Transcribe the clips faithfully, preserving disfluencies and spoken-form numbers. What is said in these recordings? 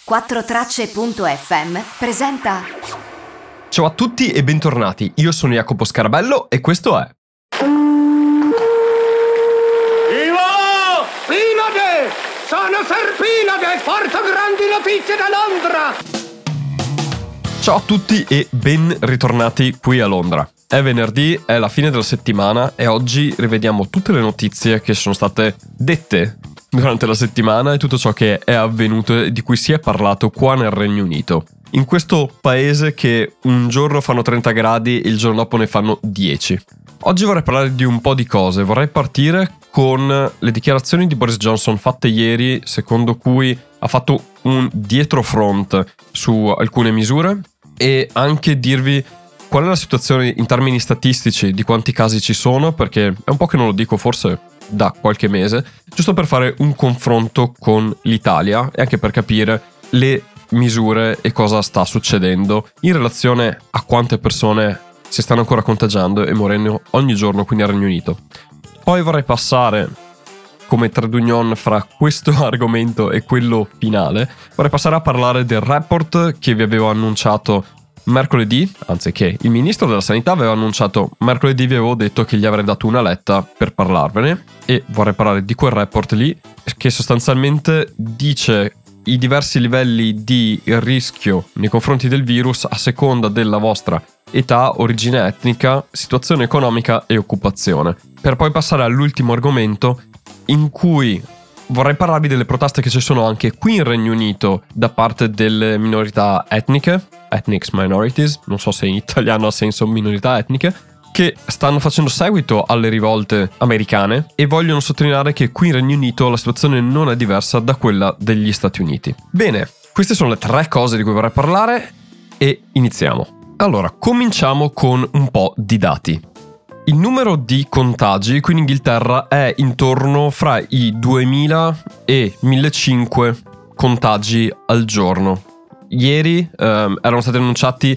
quattro tracce punto effe emme presenta. Ciao a tutti e bentornati, io sono Jacopo Scarabello e questo è Vivo! Pilade! Sono Ser Pilade! Porto grandi notizie da Londra! Ciao a tutti e ben ritornati qui a Londra. È venerdì, è la fine della settimana e oggi rivediamo tutte le notizie che sono state dette durante la settimana e tutto ciò che è avvenuto e di cui si è parlato qua nel Regno Unito. In questo paese che un giorno fanno trenta gradi e il giorno dopo ne fanno dieci. Oggi vorrei parlare di un po' di cose. Vorrei partire con le dichiarazioni di Boris Johnson fatte ieri, secondo cui ha fatto un dietrofront su alcune misure, e anche dirvi qual è la situazione in termini statistici di quanti casi ci sono, perché è un po' che non lo dico, forse da qualche mese, giusto per fare un confronto con l'Italia e anche per capire le misure e cosa sta succedendo in relazione a quante persone si stanno ancora contagiando e morendo ogni giorno qui nel Regno Unito. Poi vorrei passare, come trade union fra questo argomento e quello finale, vorrei passare a parlare del report che vi avevo annunciato mercoledì, anzi che il ministro della sanità aveva annunciato mercoledì. Vi avevo detto che gli avrei dato una letta per parlarvene e vorrei parlare di quel report lì, che sostanzialmente dice i diversi livelli di rischio nei confronti del virus a seconda della vostra età, origine etnica, situazione economica e occupazione. Per poi passare all'ultimo argomento, in cui vorrei parlarvi delle proteste che ci sono anche qui in Regno Unito da parte delle minorità etniche, ethnic minorities, non so se in italiano ha senso minorità etniche, che stanno facendo seguito alle rivolte americane e vogliono sottolineare che qui in Regno Unito la situazione non è diversa da quella degli Stati Uniti. Bene, queste sono le tre cose di cui vorrei parlare e iniziamo. Allora, cominciamo con un po' di dati. Il numero di contagi qui in Inghilterra è intorno fra i duemila e millecinquecento contagi al giorno. Ieri ehm, erano stati annunciati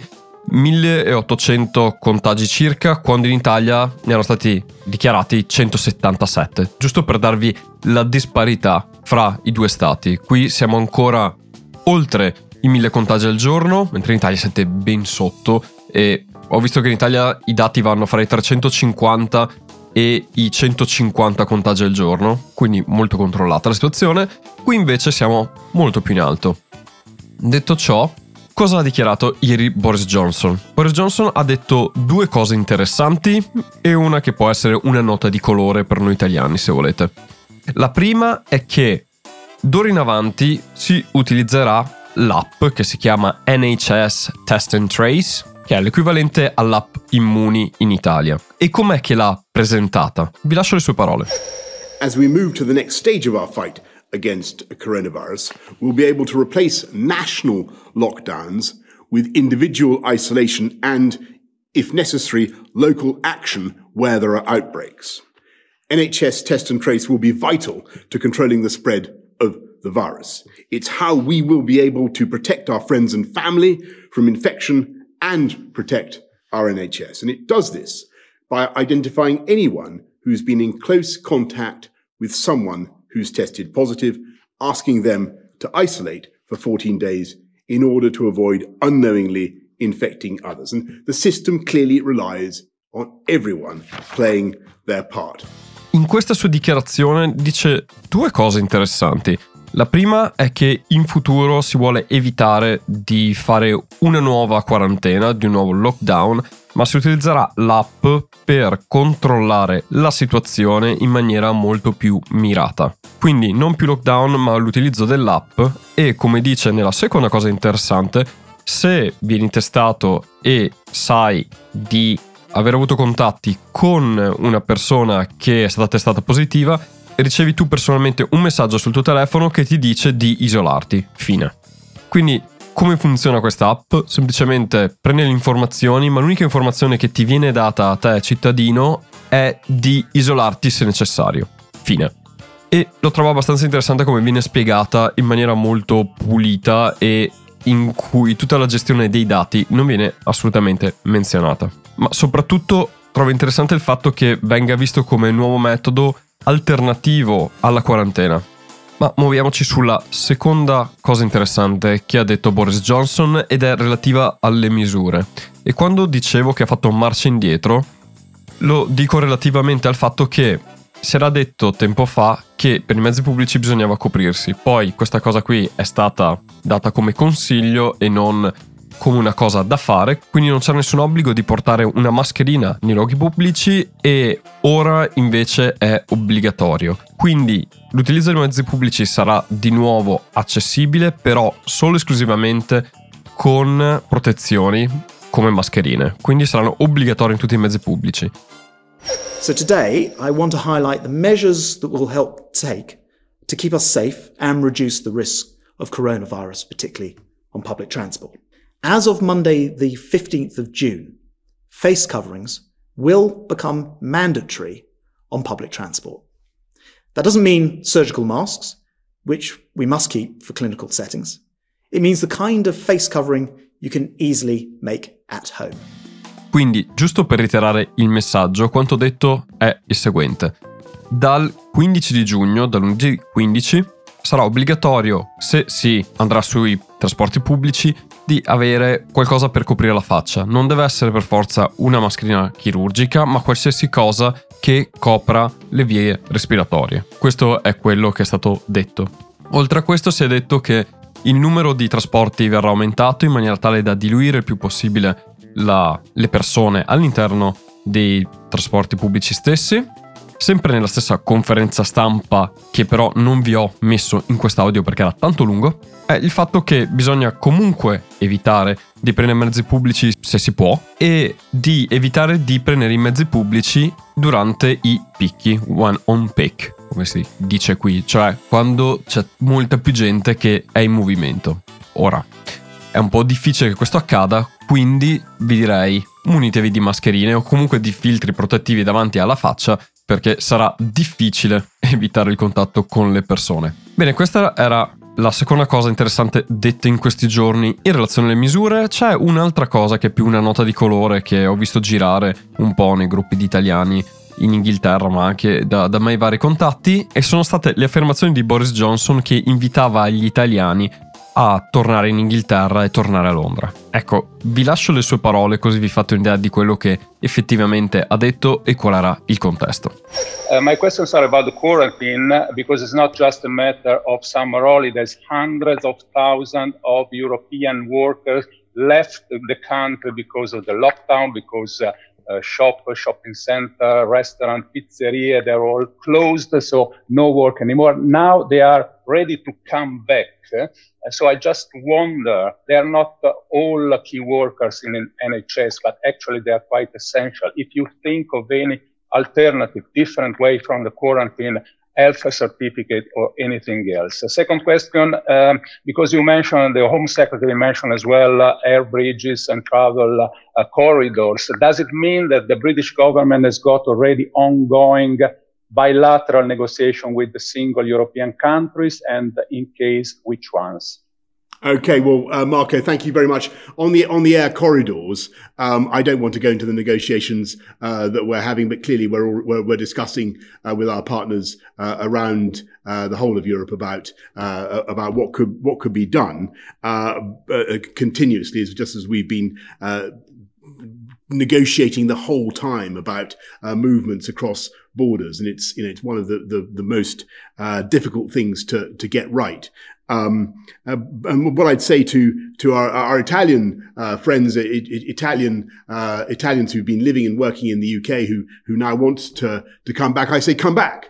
milleottocento contagi circa, quando in Italia ne erano stati dichiarati centosettantasette, giusto per darvi la disparità fra i due stati. Qui siamo ancora oltre i mille contagi al giorno, mentre in Italia siete ben sotto, e ho visto che in Italia i dati vanno fra i trecentocinquanta e i centocinquanta contagi al giorno, quindi molto controllata la situazione. Qui invece siamo molto più in alto. Detto ciò, cosa ha dichiarato ieri Boris Johnson? Boris Johnson ha detto due cose interessanti e una che può essere una nota di colore per noi italiani, se volete. La prima è che d'ora in avanti si utilizzerà l'app che si chiama N H S Test and Trace, che è l'equivalente all'app Immuni in Italia. E com'è che l'ha presentata? Vi lascio le sue parole. As we move to the next stage of our fight against coronavirus, we'll be able to replace national lockdowns with individual isolation and, if necessary, local action where there are outbreaks. N H S Test and Trace will be vital to controlling the spread of the virus. It's how we will be able to protect our friends and family from infection and protect our N H S. And it does this by identifying anyone who's been in close contact with someone who's tested positive, asking them to isolate for fourteen days in order to avoid unknowingly infecting others. And the system clearly relies on everyone playing their part. In questa sua dichiarazione dice due cose interessanti. La prima è che in futuro si vuole evitare di fare una nuova quarantena, di un nuovo lockdown, ma si utilizzerà l'app per controllare la situazione in maniera molto più mirata. Quindi non più lockdown, ma l'utilizzo dell'app. E come dice nella seconda cosa interessante, se vieni testato e sai di aver avuto contatti con una persona che è stata testata positiva, ricevi tu personalmente un messaggio sul tuo telefono che ti dice di isolarti. Fine. Quindi come funziona questa app? Semplicemente prendi le informazioni, ma l'unica informazione che ti viene data a te cittadino è di isolarti se necessario. Fine. E lo trovo abbastanza interessante come viene spiegata in maniera molto pulita e in cui tutta la gestione dei dati non viene assolutamente menzionata. Ma soprattutto trovo interessante il fatto che venga visto come nuovo metodo alternativo alla quarantena. Ma muoviamoci sulla seconda cosa interessante che ha detto Boris Johnson ed è relativa alle misure. E quando dicevo che ha fatto marcia indietro, lo dico relativamente al fatto che si era detto tempo fa che per i mezzi pubblici bisognava coprirsi. Poi questa cosa qui è stata data come consiglio e non come una cosa da fare, quindi non c'è nessun obbligo di portare una mascherina nei luoghi pubblici e ora invece è obbligatorio. Quindi l'utilizzo dei mezzi pubblici sarà di nuovo accessibile, però solo esclusivamente con protezioni come mascherine, quindi saranno obbligatori in tutti i mezzi pubblici. So today I want to highlight the measures that will help take to keep us safe and reduce the risk of coronavirus, particularly on public transport. As of Monday, the fifteenth of June, face coverings will become mandatory on public transport. That doesn't mean surgical masks, which we must keep for clinical settings. It means the kind of face covering you can easily make at home. Quindi, giusto per reiterare il messaggio, quanto detto è il seguente. Dal quindici di giugno, dal lunedì quindici, sarà obbligatorio, se si andrà sui trasporti pubblici, di avere qualcosa per coprire la faccia. Non deve essere per forza una mascherina chirurgica, ma qualsiasi cosa che copra le vie respiratorie. Questo è quello che è stato detto. Oltre a questo si è detto che il numero di trasporti verrà aumentato in maniera tale da diluire il più possibile la, le persone all'interno dei trasporti pubblici stessi. Sempre nella stessa conferenza stampa, che però non vi ho messo in quest'audio perché era tanto lungo, è il fatto che bisogna comunque evitare di prendere mezzi pubblici se si può e di evitare di prendere i mezzi pubblici durante i picchi, one on peak, come si dice qui, cioè quando c'è molta più gente che è in movimento. Ora, è un po' difficile che questo accada, quindi vi direi munitevi di mascherine o comunque di filtri protettivi davanti alla faccia, perché sarà difficile evitare il contatto con le persone. Bene, questa era la seconda cosa interessante detta in questi giorni in relazione alle misure. C'è un'altra cosa che è più una nota di colore che ho visto girare un po' nei gruppi di italiani in Inghilterra, ma anche da, da miei vari contatti, e sono state le affermazioni di Boris Johnson che invitava gli italiani a tornare in Inghilterra e tornare a Londra. Ecco, vi lascio le sue parole così vi fate un'idea di quello che effettivamente ha detto e qual era il contesto. Uh, my questions are about the quarantine because it's not just a matter of summer holidays. Hundreds of thousands of European workers left the country because of the lockdown, because uh, uh, shop, shopping center, restaurant, pizzeria, they're all closed, so no work anymore. Now they are ready to come back. Uh, so I just wonder, they are not uh, all key workers in an N H S, but actually they are quite essential. If you think of any alternative, different way from the quarantine, health certificate or anything else. The second question, um, because you mentioned, the Home Secretary mentioned as well, uh, air bridges and travel uh, corridors. Does it mean that the British government has got already ongoing bilateral negotiation with the single European countries, and in case, which ones? Okay, well, uh, Marco, thank you very much. On the on the air corridors, um, I don't want to go into the negotiations uh, that we're having, but clearly we're all, we're, we're discussing uh, with our partners uh, around uh, the whole of Europe about uh, about what could what could be done uh, uh, continuously, just as we've been Uh, negotiating the whole time about uh, movements across borders, and it's you know it's one of the the, the most uh, difficult things to to get right. Um, uh, and what I'd say to to our, our Italian uh, friends, I, I, Italian uh, Italians who've been living and working in the U K who who now want to to come back, I say come back.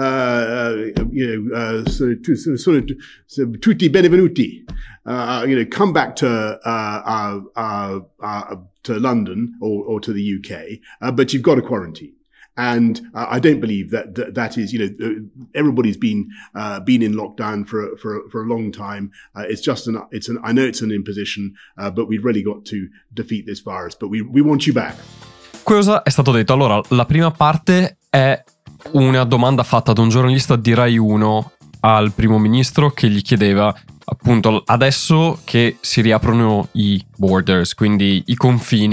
Uh, you know, uh, so, so, so, so, tutti benvenuti. Uh, you know, come back to uh, uh, uh, uh, to London or, or to the U K, uh, but you've got to quarantine. And uh, I don't believe that, that that is, you know, everybody's been uh, been in lockdown for for for a long time. Uh, it's just an it's an I know it's an imposition, uh, but we've really got to defeat this virus. But we we want you back. Cosa è stato detto? Allora, la prima parte è una domanda fatta da un giornalista di Rai uno al primo ministro che gli chiedeva appunto adesso che si riaprono i borders, quindi i confini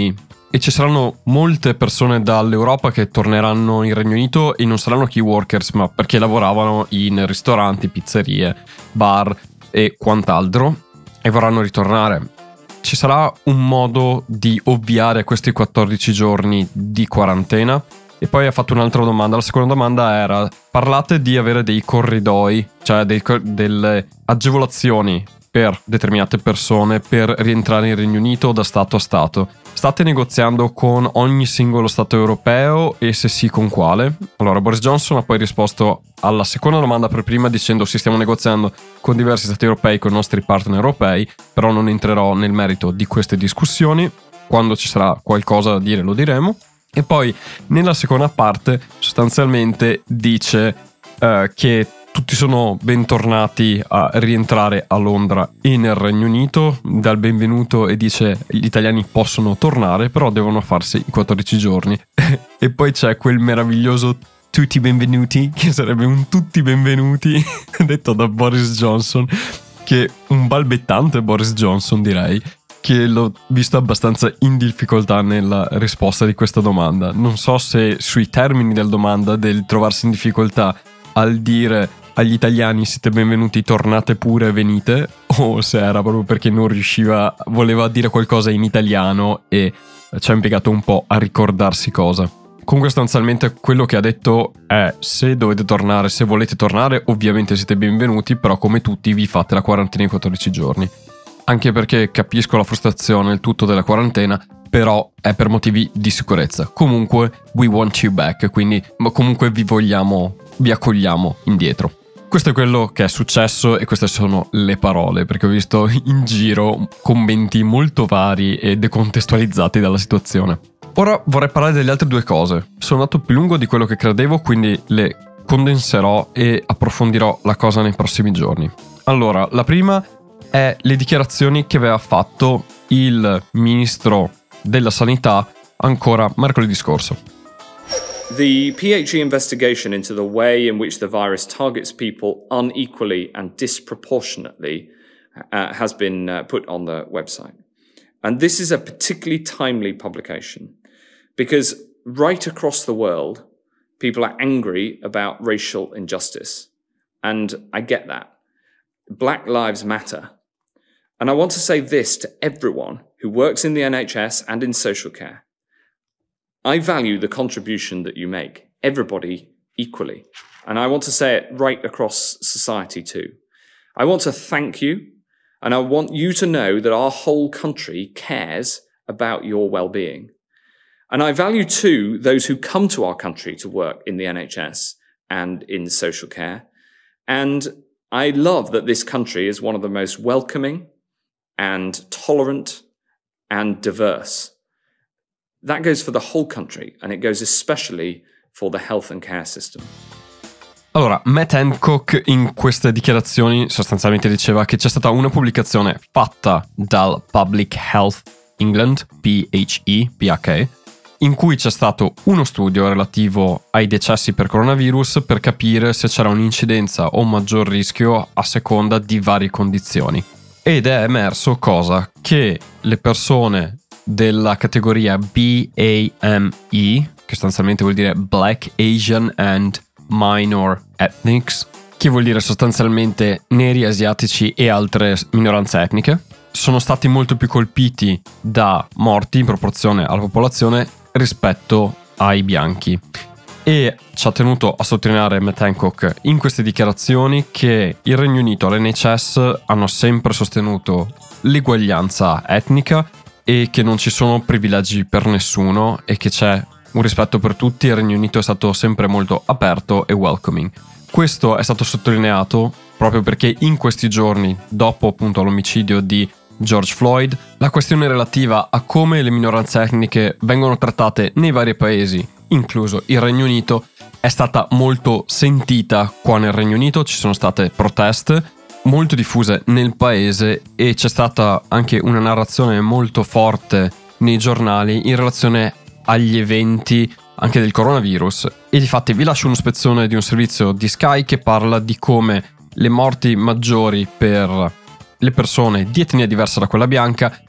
e ci saranno molte persone dall'Europa che torneranno in Regno Unito e non saranno key workers, ma perché lavoravano in ristoranti, pizzerie, bar e quant'altro e vorranno ritornare. Ci sarà un modo di ovviare a questi quattordici giorni di quarantena? E poi ha fatto un'altra domanda. La seconda domanda era: parlate di avere dei corridoi, cioè dei, delle agevolazioni per determinate persone per rientrare in Regno Unito da stato a stato. State negoziando con ogni singolo stato europeo e se sì, con quale? Allora, Boris Johnson ha poi risposto alla seconda domanda per prima dicendo: sì, stiamo negoziando con diversi stati europei, con i nostri partner europei, però non entrerò nel merito di queste discussioni. Quando ci sarà qualcosa da dire lo diremo. E poi nella seconda parte sostanzialmente dice eh, che tutti sono bentornati a rientrare a Londra e nel Regno Unito, dal benvenuto, e dice gli italiani possono tornare, però devono farsi i quattordici giorni. E poi c'è quel meraviglioso tutti benvenuti, che sarebbe un tutti benvenuti detto da Boris Johnson, che un balbettante Boris Johnson, direi, che l'ho visto abbastanza in difficoltà nella risposta di questa domanda. Non so se sui termini della domanda, del trovarsi in difficoltà al dire agli italiani siete benvenuti, tornate pure, venite, o se era proprio perché non riusciva, voleva dire qualcosa in italiano e ci ha impiegato un po' a ricordarsi cosa. Comunque sostanzialmente quello che ha detto è: se dovete tornare, se volete tornare, ovviamente siete benvenuti, però come tutti vi fate la quarantena in quattordici giorni. Anche perché capisco la frustrazione, il tutto della quarantena, però è per motivi di sicurezza. Comunque we want you back, quindi ma comunque vi vogliamo, vi accogliamo indietro. Questo è quello che è successo e queste sono le parole, perché ho visto in giro commenti molto vari e decontestualizzati dalla situazione. Ora vorrei parlare delle altre due cose. Sono andato più lungo di quello che credevo, quindi le condenserò e approfondirò la cosa nei prossimi giorni. Allora, la prima è le dichiarazioni che aveva fatto il ministro della sanità ancora mercoledì scorso. The P H E investigation into the way in which the virus targets people unequally and disproportionately uh, has been uh, put on the website. And this is a particularly timely publication because right across the world, people are angry about racial injustice. And I get that. Black lives matter. And I want to say this to everyone who works in the N H S and in social care. I value the contribution that you make, everybody equally. And I want to say it right across society too. I want to thank you, and I want you to know that our whole country cares about your well-being. And I value too those who come to our country to work in the N H S and in social care. And I love that this country is one of the most welcoming and tolerant and diverse. That goes for the whole country, and it goes especially for the health and care system. Allora, Matt Hancock in queste dichiarazioni sostanzialmente diceva che c'è stata una pubblicazione fatta dal Public Health England, P H E, P H E, in cui c'è stato uno studio relativo ai decessi per coronavirus per capire se c'era un'incidenza o un maggior rischio a seconda di varie condizioni. Ed è emerso cosa? Che le persone della categoria B A M E, che sostanzialmente vuol dire Black, Asian and Minor Ethnics, che vuol dire sostanzialmente neri, asiatici e altre minoranze etniche, sono stati molto più colpiti da morti in proporzione alla popolazione rispetto ai bianchi. E ci ha tenuto a sottolineare Matt Hancock in queste dichiarazioni che il Regno Unito e l'N H S hanno sempre sostenuto l'eguaglianza etnica e che non ci sono privilegi per nessuno e che c'è un rispetto per tutti. Il Regno Unito è stato sempre molto aperto e welcoming. Questo è stato sottolineato proprio perché in questi giorni, dopo appunto l'omicidio di George Floyd, la questione relativa a come le minoranze etniche vengono trattate nei vari paesi, incluso il Regno Unito, è stata molto sentita qua nel Regno Unito. Ci sono state proteste molto diffuse nel paese e c'è stata anche una narrazione molto forte nei giornali in relazione agli eventi anche del coronavirus. E difatti vi lascio uno spezzone di un servizio di Sky che parla di come le morti maggiori per le persone di etnia diversa da quella bianca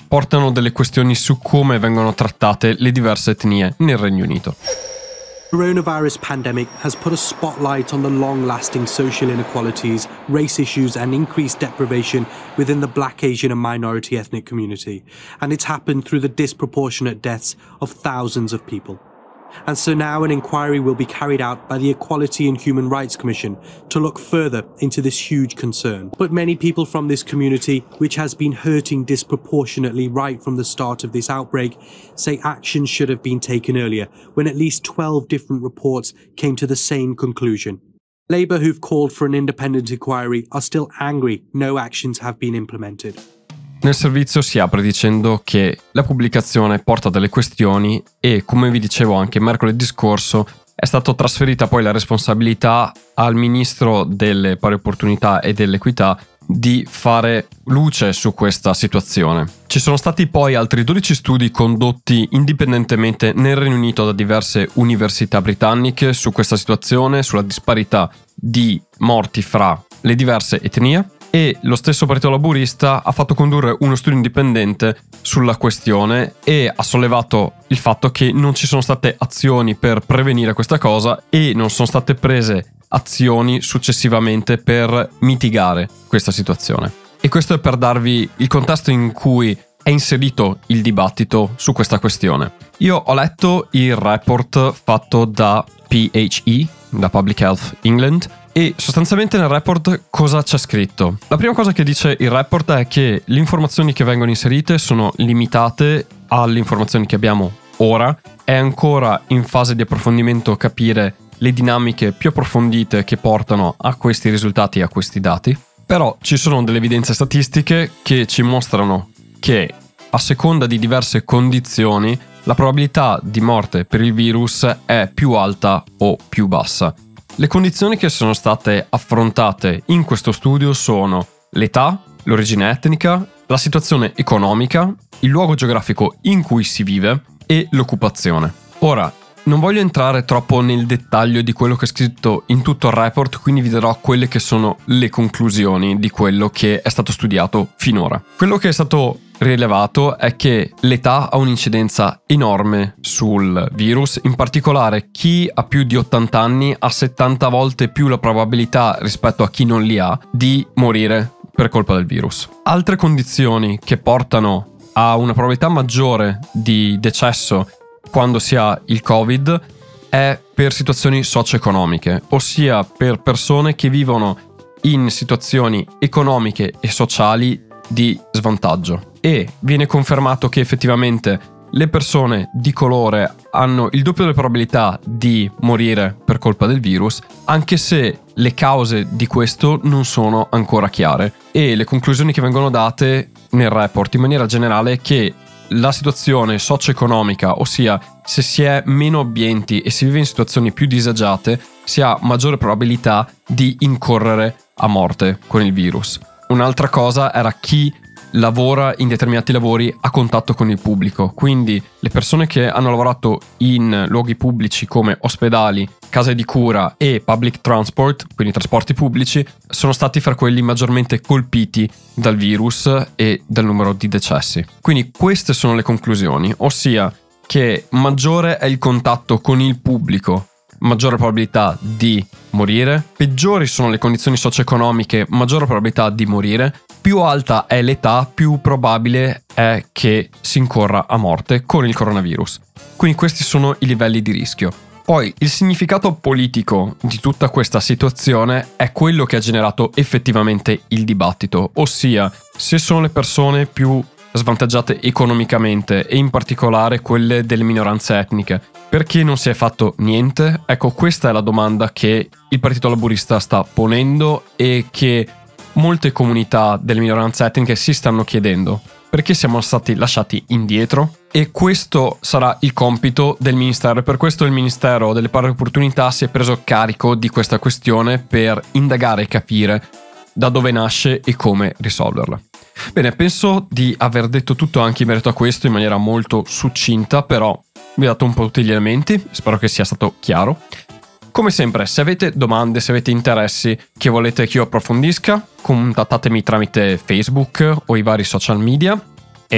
portano delle questioni su come vengono trattate le diverse etnie nel Regno Unito. Coronavirus pandemic has put a spotlight on the long-lasting social inequalities, race issues and increased deprivation within the Black, Asian and minority ethnic community, and it's happened through the disproportionate deaths of thousands of people. And so now an inquiry will be carried out by the Equality and Human Rights Commission to look further into this huge concern. But many people from this community, which has been hurting disproportionately right from the start of this outbreak, say action should have been taken earlier, when at least twelve different reports came to the same conclusion. Labour, who've called for an independent inquiry, are still angry no actions have been implemented. Nel servizio si apre dicendo che la pubblicazione porta delle questioni e, come vi dicevo anche mercoledì scorso, è stata trasferita poi la responsabilità al ministro delle pari opportunità e dell'equità di fare luce su questa situazione. Ci sono stati poi altri dodici studi condotti indipendentemente nel Regno Unito da diverse università britanniche su questa situazione, sulla disparità di morti fra le diverse etnie. E lo stesso Partito Laburista ha fatto condurre uno studio indipendente sulla questione e ha sollevato il fatto che non ci sono state azioni per prevenire questa cosa e non sono state prese azioni successivamente per mitigare questa situazione. E questo è per darvi il contesto in cui è inserito il dibattito su questa questione. Io ho letto il report fatto da P H E, da Public Health England, e sostanzialmente nel report cosa c'è scritto? La prima cosa che dice il report è che le informazioni che vengono inserite sono limitate alle informazioni che abbiamo ora. È ancora in fase di approfondimento capire le dinamiche più approfondite che portano a questi risultati e a questi dati. Però ci sono delle evidenze statistiche che ci mostrano che a seconda di diverse condizioni la probabilità di morte per il virus è più alta o più bassa. Le condizioni che sono state affrontate in questo studio sono l'età, l'origine etnica, la situazione economica, il luogo geografico in cui si vive e l'occupazione. Ora, non voglio entrare troppo nel dettaglio di quello che è scritto in tutto il report, quindi vi darò quelle che sono le conclusioni di quello che è stato studiato finora. Quello che è stato rilevato è che l'età ha un'incidenza enorme sul virus, in particolare chi ha più di ottanta anni ha settanta volte più la probabilità rispetto a chi non li ha di morire per colpa del virus. Altre condizioni che portano a una probabilità maggiore di decesso quando si ha il Covid è per situazioni socio-economiche, ossia per persone che vivono in situazioni economiche e sociali di svantaggio. E viene confermato che effettivamente le persone di colore hanno il doppio delle probabilità di morire per colpa del virus, anche se le cause di questo non sono ancora chiare. E le conclusioni che vengono date nel report in maniera generale è che la situazione socio-economica, ossia se si è meno abbienti e si vive in situazioni più disagiate, si ha maggiore probabilità di incorrere a morte con il virus. Un'altra cosa era chi lavora in determinati lavori a contatto con il pubblico, quindi le persone che hanno lavorato in luoghi pubblici come ospedali, case di cura e public transport, quindi trasporti pubblici, sono stati fra quelli maggiormente colpiti dal virus e dal numero di decessi. Quindi queste sono le conclusioni, ossia che maggiore è il contatto con il pubblico, maggiore probabilità di morire, peggiori sono le condizioni socio-economiche, maggiore probabilità di morire, più alta è l'età, più probabile è che si incorra a morte con il coronavirus. Quindi questi sono i livelli di rischio. Poi il significato politico di tutta questa situazione è quello che ha generato effettivamente il dibattito, ossia se sono le persone più svantaggiate economicamente e in particolare quelle delle minoranze etniche. Perché non si è fatto niente? Ecco, questa è la domanda che il Partito Laburista sta ponendo e che molte comunità delle minoranze etniche si stanno chiedendo. Perché siamo stati lasciati indietro? E questo sarà il compito del Ministero. E per questo il Ministero delle Pari Opportunità si è preso carico di questa questione per indagare e capire da dove nasce e come risolverla. Bene, penso di aver detto tutto anche in merito a questo in maniera molto succinta, però vi ho dato un po' tutti gli elementi, spero che sia stato chiaro. Come sempre, se avete domande, se avete interessi che volete che io approfondisca, contattatemi tramite Facebook o i vari social media e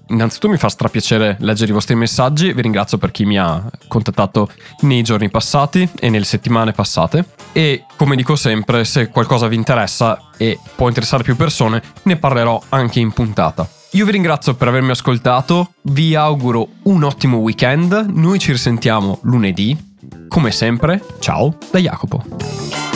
innanzitutto mi fa strapiacere leggere i vostri messaggi, vi ringrazio per chi mi ha contattato nei giorni passati e nelle settimane passate, e come dico sempre, se qualcosa vi interessa e può interessare più persone, ne parlerò anche in puntata. Io vi ringrazio per avermi ascoltato, vi auguro un ottimo weekend, noi ci risentiamo lunedì, come sempre, ciao da Jacopo.